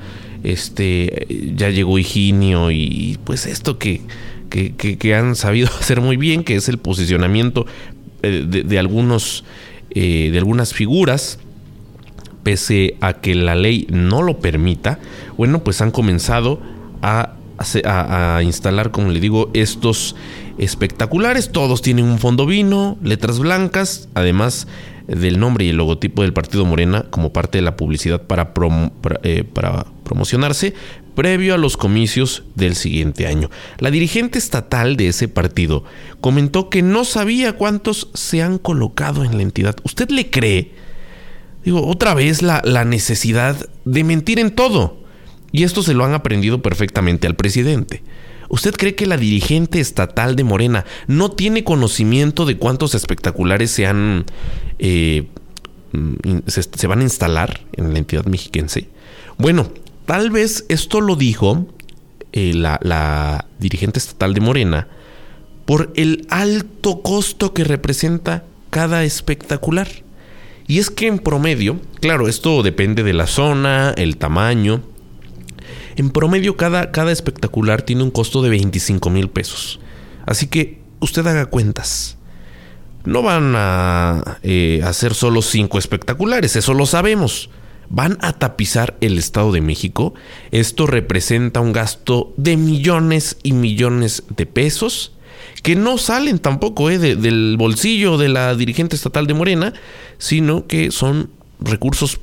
"ya llegó Higinio", y pues esto que han sabido hacer muy bien, que es el posicionamiento de algunas figuras, pese a que la ley no lo permita. Bueno, pues han comenzado a instalar, como le digo, estos espectaculares. Todos tienen un fondo vino, letras blancas, además del nombre y el logotipo del partido Morena como parte de la publicidad para promocionarse previo a los comicios del siguiente año. La dirigente estatal de ese partido comentó que no sabía cuántos se han colocado en la entidad. ¿Usted le cree? Digo, otra vez la necesidad de mentir en todo. Y esto se lo han aprendido perfectamente al presidente. ¿Usted cree que la dirigente estatal de Morena no tiene conocimiento de cuántos espectaculares se van a instalar en la entidad mexiquense? Bueno, tal vez esto lo dijo la dirigente estatal de Morena por el alto costo que representa cada espectacular. Y es que en promedio, claro, esto depende de la zona, el tamaño, En promedio, cada espectacular tiene un costo de 25,000 pesos. Así que usted haga cuentas. No van a hacer solo 5 espectaculares, eso lo sabemos. Van a tapizar el Estado de México. Esto representa un gasto de millones y millones de pesos que no salen tampoco del bolsillo de la dirigente estatal de Morena, sino que son recursos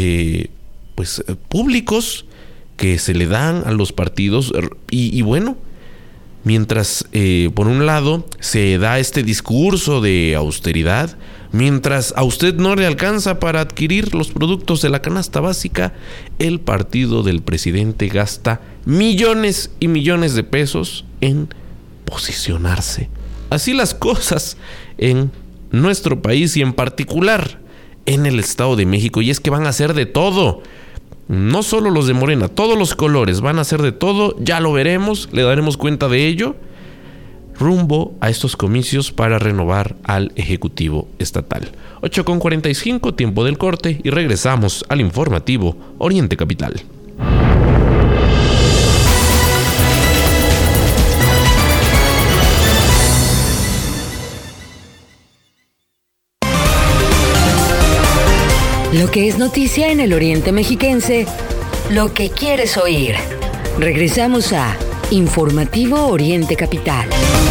públicos que se le dan a los partidos. Y bueno, mientras por un lado se da este discurso de austeridad, mientras a usted no le alcanza para adquirir los productos de la canasta básica, el partido del presidente gasta millones y millones de pesos en posicionarse. Así las cosas en nuestro país y en particular en el Estado de México. Y es que van a hacer de todo. No solo los de Morena, todos los colores van a hacer de todo. Ya lo veremos, le daremos cuenta de ello rumbo a estos comicios para renovar al Ejecutivo Estatal. 8:45, tiempo del corte, y regresamos al informativo Oriente Capital. Lo que es noticia en el Oriente Mexiquense, lo que quieres oír. Regresamos a Informativo Oriente Capital.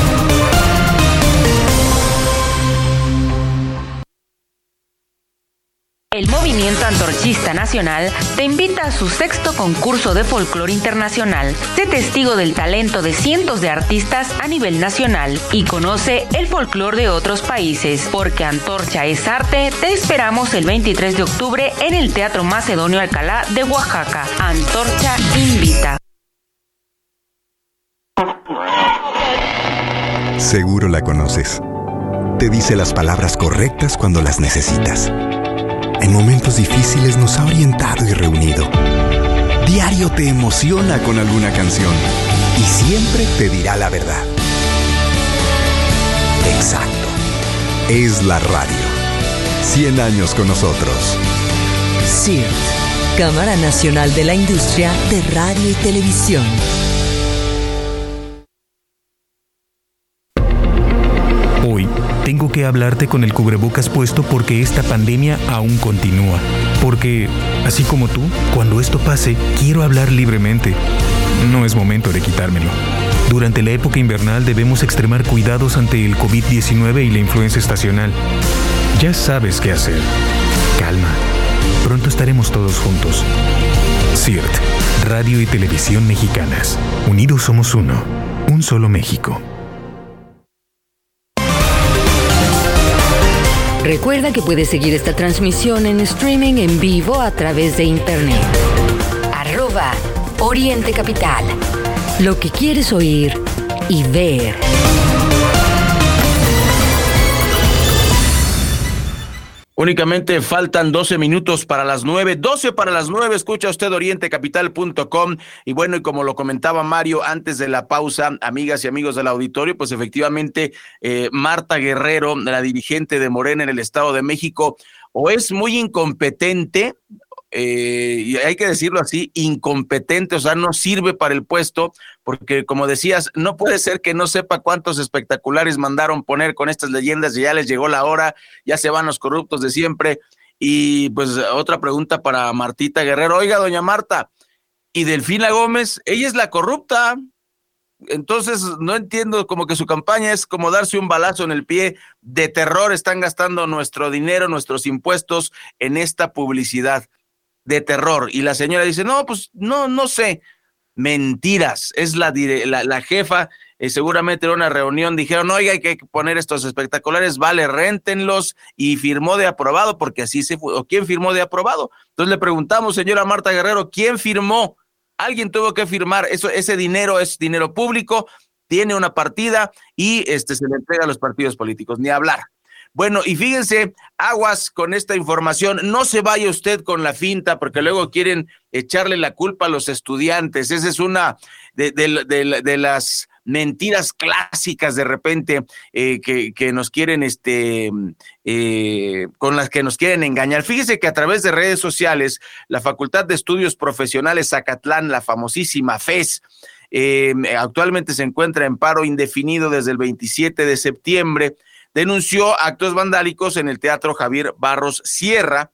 El Movimiento Antorchista Nacional te invita a su 6º concurso de folclore internacional. Sé testigo del talento de cientos de artistas a nivel nacional y conoce el folclore de otros países. Porque Antorcha es arte, te esperamos el 23 de octubre en el Teatro Macedonio Alcalá de Oaxaca. Antorcha invita. Seguro la conoces. Te dice las palabras correctas cuando las necesitas. En momentos difíciles nos ha orientado y reunido. Diario te emociona con alguna canción y siempre te dirá la verdad. Exacto. Es la radio. 100 años con nosotros. CIRT, Cámara Nacional de la Industria de Radio y Televisión. Hoy tengo que hablarte con el cubrebocas puesto porque esta pandemia aún continúa. Porque, así como tú, cuando esto pase, quiero hablar libremente. No es momento de quitármelo. Durante la época invernal debemos extremar cuidados ante el COVID-19 y la influenza estacional. Ya sabes qué hacer. Calma. Pronto estaremos todos juntos. CIRT, Radio y Televisión Mexicanas. Unidos somos uno. Un solo México. Recuerda que puedes seguir esta transmisión en streaming en vivo a través de internet. @Oriente Capital. Lo que quieres oír y ver. Únicamente faltan 12 minutos para las 9, 12 para las 9, escucha usted orientecapital.com. Y bueno, y como lo comentaba Mario antes de la pausa, amigas y amigos del auditorio, pues efectivamente Marta Guerrero, la dirigente de Morena en el Estado de México, o es muy incompetente, y hay que decirlo así, incompetente, o sea, no sirve para el puesto, porque como decías, no puede ser que no sepa cuántos espectaculares mandaron poner con estas leyendas y ya les llegó la hora, ya se van los corruptos de siempre. Y pues otra pregunta para Martita Guerrero, oiga, doña Marta, ¿y Delfina Gómez? Ella es la corrupta. Entonces no entiendo, como que su campaña es como darse un balazo en el pie de terror, están gastando nuestro dinero, nuestros impuestos en esta publicidad de terror. Y la señora dice, no, pues no sé. Mentiras, es la jefa, seguramente en una reunión dijeron, oiga, hay que poner estos espectaculares, vale, réntenlos, y firmó de aprobado, porque así se fue. ¿O quién firmó de aprobado? Entonces le preguntamos, señora Marta Guerrero, ¿quién firmó? Alguien tuvo que firmar. Ese dinero es dinero público, tiene una partida y se le entrega a los partidos políticos, ni hablar. Bueno, y fíjense, aguas con esta información, no se vaya usted con la finta, porque luego quieren echarle la culpa a los estudiantes. Esa es una de las mentiras clásicas de repente que nos quieren, con las que nos quieren engañar. Fíjese que a través de redes sociales, la Facultad de Estudios Profesionales Zacatlán, la famosísima FES, actualmente se encuentra en paro indefinido desde el 27 de septiembre, denunció actos vandálicos en el Teatro Javier Barros Sierra,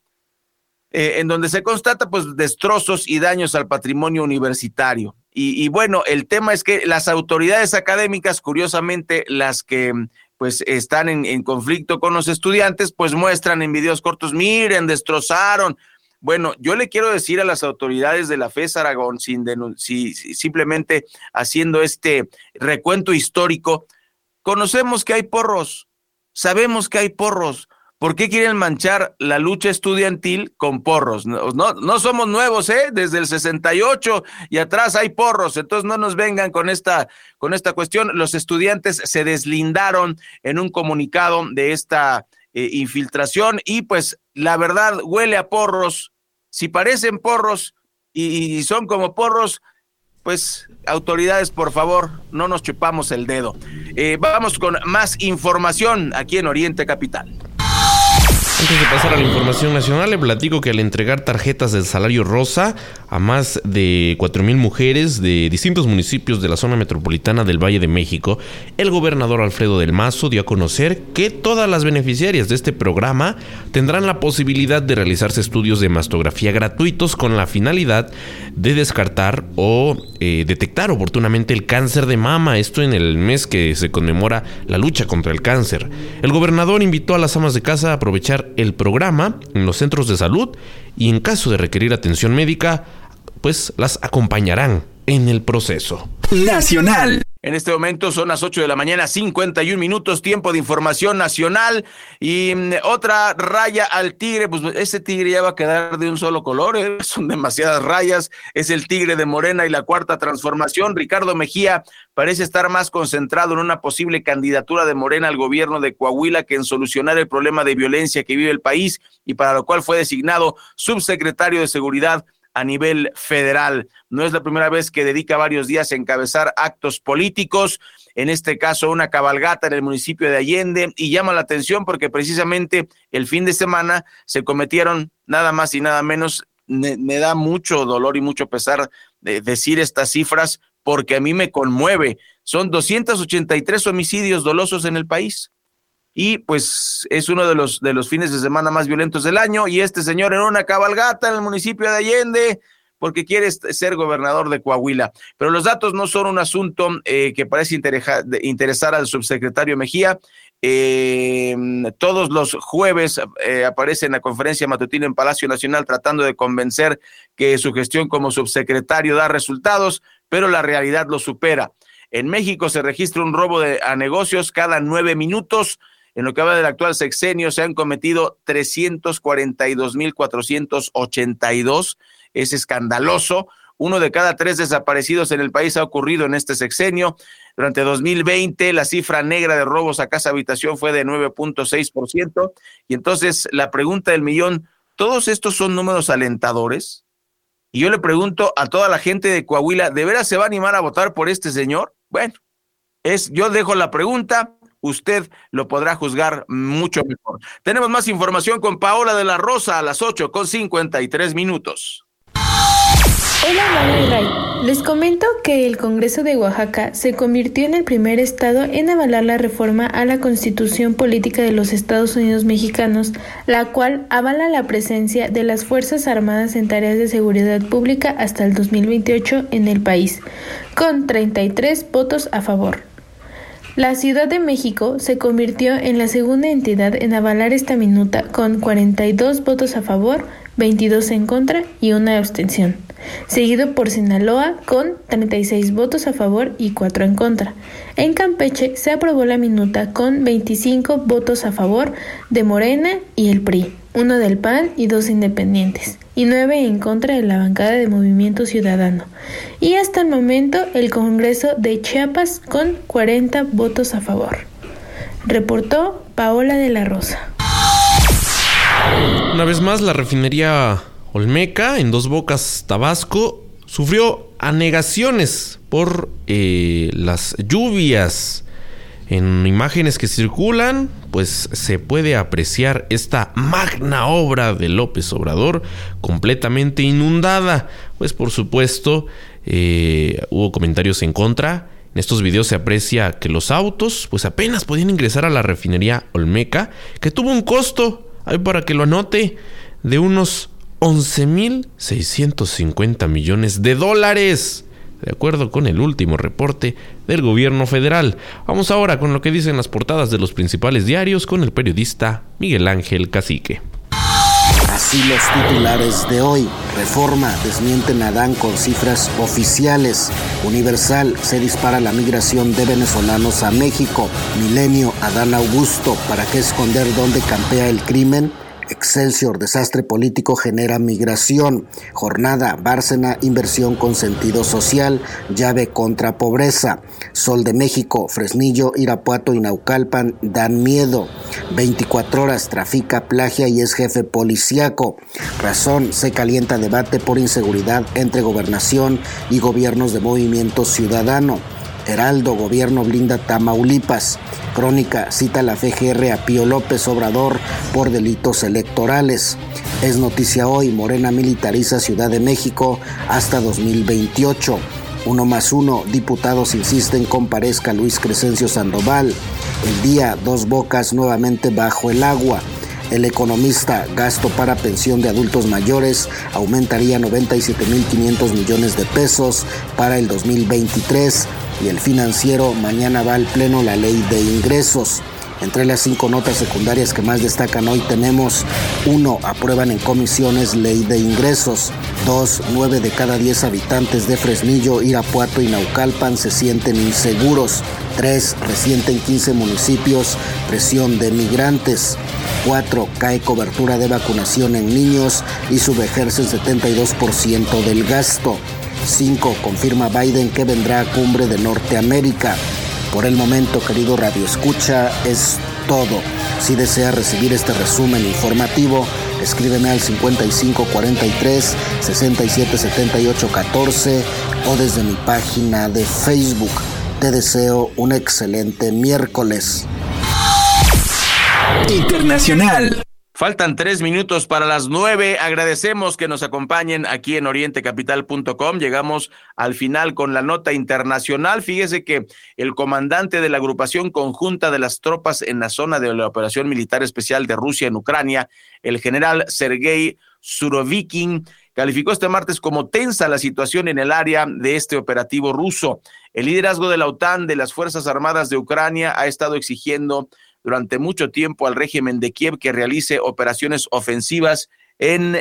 en donde se constata pues destrozos y daños al patrimonio universitario. Y bueno, el tema es que las autoridades académicas, curiosamente las que pues están en conflicto con los estudiantes, pues muestran en videos cortos, miren, destrozaron. Bueno, yo le quiero decir a las autoridades de la FES Aragón, simplemente haciendo este recuento histórico, conocemos que hay porros, sabemos que hay porros. ¿Por qué quieren manchar la lucha estudiantil con porros? No somos nuevos, desde el 68 y atrás hay porros, entonces no nos vengan con esta cuestión. Los estudiantes se deslindaron en un comunicado de esta infiltración y pues la verdad huele a porros. Si parecen porros y son como porros, pues autoridades, por favor, no nos chupamos el dedo. Vamos con más información aquí en Oriente Capital. Antes de pasar a la información nacional, le platico que al entregar tarjetas del salario rosa a más de 4,000 mujeres de distintos municipios de la zona metropolitana del Valle de México, el gobernador Alfredo del Mazo dio a conocer que todas las beneficiarias de este programa tendrán la posibilidad de realizarse estudios de mastografía gratuitos con la finalidad de descartar o detectar oportunamente el cáncer de mama, esto en el mes que se conmemora la lucha contra el cáncer. El gobernador invitó a las amas de casa a aprovechar el programa en los centros de salud y en caso de requerir atención médica, pues las acompañarán en el proceso. Nacional. En este momento son las 8 de la mañana, 51 minutos, tiempo de información nacional. Y otra raya al tigre, pues ese tigre ya va a quedar de un solo color, son demasiadas rayas. Es el tigre de Morena y la Cuarta Transformación. Ricardo Mejía parece estar más concentrado en una posible candidatura de Morena al gobierno de Coahuila que en solucionar el problema de violencia que vive el país, y para lo cual fue designado subsecretario de Seguridad a nivel federal. No es la primera vez que dedica varios días a encabezar actos políticos, en este caso una cabalgata en el municipio de Allende, y llama la atención porque precisamente el fin de semana se cometieron nada más y nada menos, me da mucho dolor y mucho pesar de decir estas cifras porque a mí me conmueve, son 283 homicidios dolosos en el país. Y pues es uno de los fines de semana más violentos del año, y este señor en una cabalgata en el municipio de Allende porque quiere ser gobernador de Coahuila. Pero los datos no son un asunto que parece interesar al subsecretario Mejía. Todos los jueves aparece en la conferencia matutina en Palacio Nacional tratando de convencer que su gestión como subsecretario da resultados, pero la realidad lo supera. En México se registra un robo a negocios cada 9 minutos. En lo que va del actual sexenio se han cometido 342,482. Es escandaloso. 1 de cada 3 desaparecidos en el país ha ocurrido en este sexenio. Durante 2020 la cifra negra de robos a casa habitación fue de 9.6%. Y entonces la pregunta del millón, ¿todos estos son números alentadores? Y yo le pregunto a toda la gente de Coahuila, ¿de veras se va a animar a votar por este señor? Bueno, yo dejo la pregunta, usted lo podrá juzgar mucho mejor. Tenemos más información con Paola de la Rosa a las 8:53. Hola, Manuel Ray. Les comento que el Congreso de Oaxaca se convirtió en el primer estado en avalar la reforma a la Constitución Política de los Estados Unidos Mexicanos, la cual avala la presencia de las Fuerzas Armadas en tareas de seguridad pública hasta el 2028 en el país, con 33 votos a favor. La Ciudad de México se convirtió en la segunda entidad en avalar esta minuta con 42 votos a favor, 22 en contra y una abstención, seguido por Sinaloa con 36 votos a favor y 4 en contra. En Campeche se aprobó la minuta con 25 votos a favor de Morena y el PRI, 1 del PAN y 2 independientes, y 9 en contra de la bancada de Movimiento Ciudadano. Y hasta el momento el Congreso de Chiapas con 40 votos a favor. Reportó Paola de la Rosa. Una vez más, la refinería Olmeca en Dos Bocas, Tabasco, sufrió anegaciones por las lluvias. En imágenes que circulan, pues se puede apreciar esta magna obra de López Obrador completamente inundada. Pues por supuesto, hubo comentarios en contra. En estos videos se aprecia que los autos pues apenas podían ingresar a la refinería Olmeca, que tuvo un costo, ahí para que lo anote, de unos 11,650 millones de dólares. De acuerdo con el último reporte del gobierno federal. Vamos ahora con lo que dicen las portadas de los principales diarios con el periodista Miguel Ángel Cacique. Así los titulares de hoy. Reforma desmiente Adán con cifras oficiales. Universal, se dispara la migración de venezolanos a México. Milenio, Adán Augusto, ¿para qué esconder dónde campea el crimen? Excelsior, desastre político genera migración. Jornada, Bárcena, inversión con sentido social. Llave contra pobreza. Sol de México, Fresnillo, Irapuato y Naucalpan dan miedo. 24 horas, trafica, plagia y es jefe policíaco. Razón, se calienta debate por inseguridad entre gobernación y gobiernos de Movimiento Ciudadano. Heraldo, gobierno blinda Tamaulipas. Crónica, cita la FGR a Pío López Obrador por delitos electorales. Es noticia hoy, Morena militariza Ciudad de México hasta 2028. 1+1, diputados insisten comparezca Luis Crescencio Sandoval. El Día, Dos Bocas nuevamente bajo el agua. El Economista, gasto para pensión de adultos mayores aumentaría 97,500 millones de pesos para el 2023. Y el Financiero, mañana va al Pleno la ley de ingresos. Entre las 5 notas secundarias que más destacan hoy tenemos: 1. Aprueban en comisiones ley de ingresos. 2. 9 de cada 10 habitantes de Fresnillo, Irapuato y Naucalpan se sienten inseguros. 3. Resienten 15 municipios presión de migrantes. 4. Cae cobertura de vacunación en niños y subejerce el 72% del gasto. 5. Confirma Biden que vendrá a cumbre de Norteamérica. Por el momento, querido Radio Escucha, es todo. Si desea recibir este resumen informativo, escríbeme al 5543 6778 14 o desde mi página de Facebook. Te deseo un excelente miércoles. Internacional. Faltan 3 minutos para las 9. Agradecemos que nos acompañen aquí en orientecapital.com. Llegamos al final con la nota internacional. Fíjese que el comandante de la agrupación conjunta de las tropas en la zona de la operación militar especial de Rusia en Ucrania, el general Sergei Surovikin, calificó este martes como tensa la situación en el área de este operativo ruso. El liderazgo de la OTAN, de las Fuerzas Armadas de Ucrania, ha estado exigiendo durante mucho tiempo al régimen de Kiev que realice operaciones ofensivas en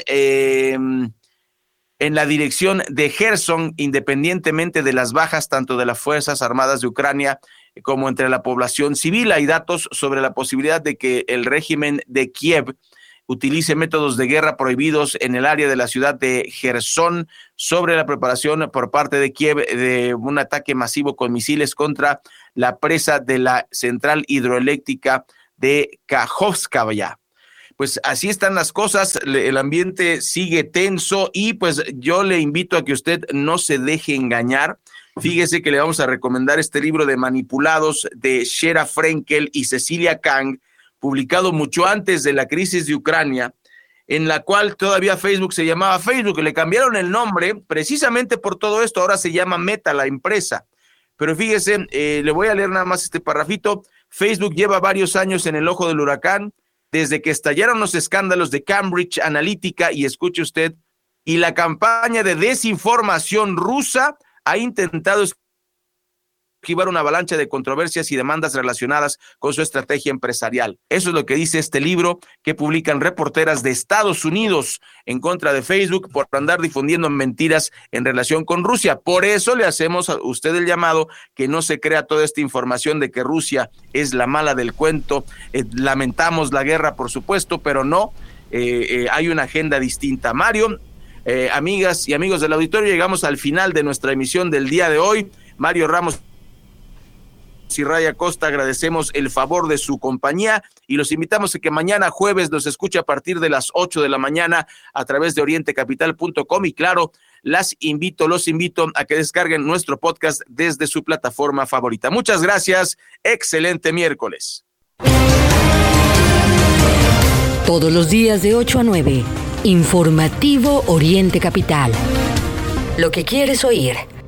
la dirección de Gerson, independientemente de las bajas tanto de las Fuerzas Armadas de Ucrania como entre la población civil. Hay datos sobre la posibilidad de que el régimen de Kiev utilice métodos de guerra prohibidos en el área de la ciudad de Gerson, sobre la preparación por parte de Kiev de un ataque masivo con misiles contra la presa de la central hidroeléctrica de Kakhovskaya. Pues así están las cosas, el ambiente sigue tenso y pues yo le invito a que usted no se deje engañar. Fíjese que le vamos a recomendar este libro de Manipulados de Shera Frenkel y Cecilia Kang, publicado mucho antes de la crisis de Ucrania, en la cual todavía Facebook se llamaba Facebook, le cambiaron el nombre precisamente por todo esto, ahora se llama Meta la empresa. Pero fíjese, le voy a leer nada más este parrafito. Facebook lleva varios años en el ojo del huracán, desde que estallaron los escándalos de Cambridge Analytica, y escuche usted, y la campaña de desinformación rusa ha intentado esquivar una avalancha de controversias y demandas relacionadas con su estrategia empresarial. Eso es lo que dice este libro que publican reporteras de Estados Unidos en contra de Facebook por andar difundiendo mentiras en relación con Rusia. Por eso le hacemos a usted el llamado que no se crea toda esta información de que Rusia es la mala del cuento. Lamentamos la guerra, por supuesto, pero no, hay una agenda distinta. Mario, amigas y amigos del auditorio, llegamos al final de nuestra emisión del día de hoy. Mario Ramos y Raya Costa, agradecemos el favor de su compañía y los invitamos a que mañana jueves nos escuche a partir de las 8 de la mañana a través de orientecapital.com y claro, los invito a que descarguen nuestro podcast desde su plataforma favorita. Muchas gracias, excelente miércoles. Todos los días de 8 a 9, Informativo Oriente Capital. Lo que quieres oír.